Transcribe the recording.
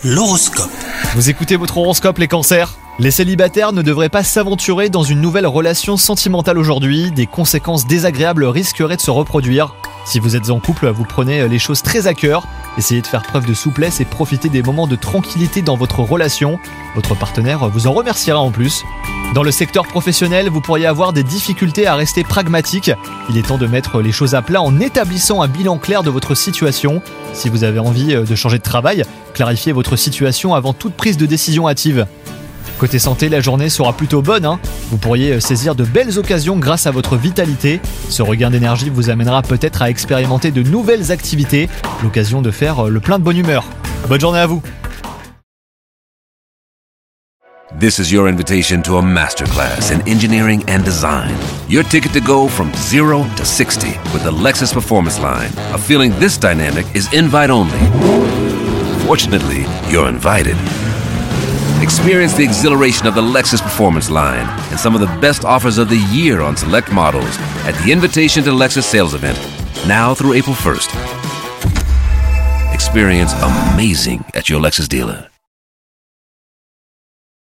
L'horoscope. Vous écoutez votre horoscope les cancers ? Les célibataires ne devraient pas s'aventurer dans une nouvelle relation sentimentale aujourd'hui, des conséquences désagréables risqueraient de se reproduire. Si vous êtes en couple, vous prenez les choses très à cœur, essayez de faire preuve de souplesse et profitez des moments de tranquillité dans votre relation. Votre partenaire vous en remerciera en plus. Dans le secteur professionnel, vous pourriez avoir des difficultés à rester pragmatique. Il est temps de mettre les choses à plat en établissant un bilan clair de votre situation. Si vous avez envie de changer de travail, clarifiez votre situation avant toute prise de décision hâtive. Côté santé, la journée sera plutôt bonne. Vous pourriez saisir de belles occasions grâce à votre vitalité. Ce regain d'énergie vous amènera peut-être à expérimenter de nouvelles activités, l'occasion de faire le plein de bonne humeur. Bonne journée à vous. This is your invitation to a masterclass in engineering and design. Your ticket to go from 0 to 60 with the Lexus Performance Line. A feeling this dynamic is invite only. Fortunately, you're invited. Experience the exhilaration of the Lexus Performance Line and some of the best offers of the year on select models at the Invitation to Lexus sales event, now through April 1st. Experience amazing at your Lexus dealer.